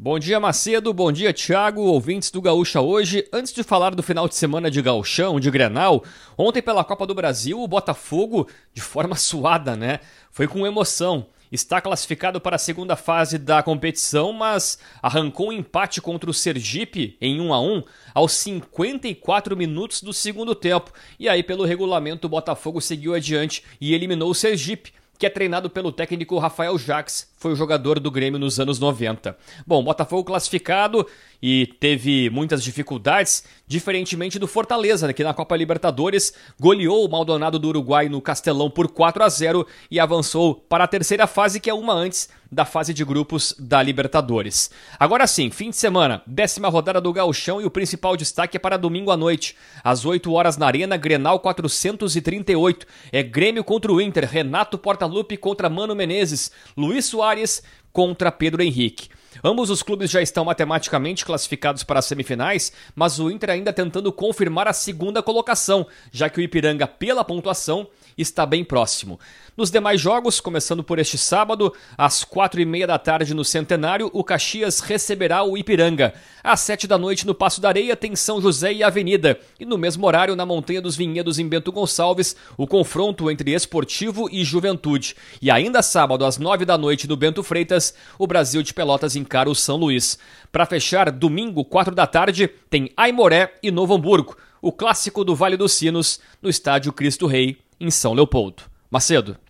Bom dia, Macedo, bom dia, Thiago, ouvintes do Gaúcha hoje. Antes de falar do final de semana de Gauchão, de Grenal, ontem pela Copa do Brasil, o Botafogo, de forma suada, foi com emoção. Está classificado para a segunda fase da competição, mas arrancou um empate contra o Sergipe em 1-1 aos 54 minutos do segundo tempo. E aí, pelo regulamento, o Botafogo seguiu adiante e eliminou o Sergipe, que é treinado pelo técnico Rafael Jaques, foi o jogador do Grêmio nos anos 90. Bom, Botafogo classificado e teve muitas dificuldades, diferentemente do Fortaleza, que na Copa Libertadores goleou o Maldonado do Uruguai no Castelão por 4-0 e avançou para a terceira fase, que é uma antes da fase de grupos da Libertadores. Agora sim, fim de semana, 10ª rodada do Gauchão e o principal destaque é para domingo à noite. Às 8 horas na Arena, Grenal 438. É Grêmio contra o Inter, Renato Portaluppi contra Mano Menezes, Luiz Soares contra Pedro Henrique. Ambos os clubes já estão matematicamente classificados para as semifinais, mas o Inter ainda tentando confirmar a segunda colocação, já que o Ipiranga, pela pontuação, está bem próximo. Nos demais jogos, começando por este sábado, às 4h30 da tarde no Centenário, o Caxias receberá o Ipiranga. Às 7 da noite no Paço da Areia tem São José e Avenida. E no mesmo horário, na Montanha dos Vinhedos, em Bento Gonçalves, o confronto entre Esportivo e Juventude. E ainda sábado, às 9 da noite no Bento Freitas, o Brasil de Pelotas encara o São Luís. Para fechar, domingo, 4 da tarde, tem Aimoré e Novo Hamburgo, o clássico do Vale dos Sinos, no estádio Cristo Rei, em São Leopoldo. Macedo.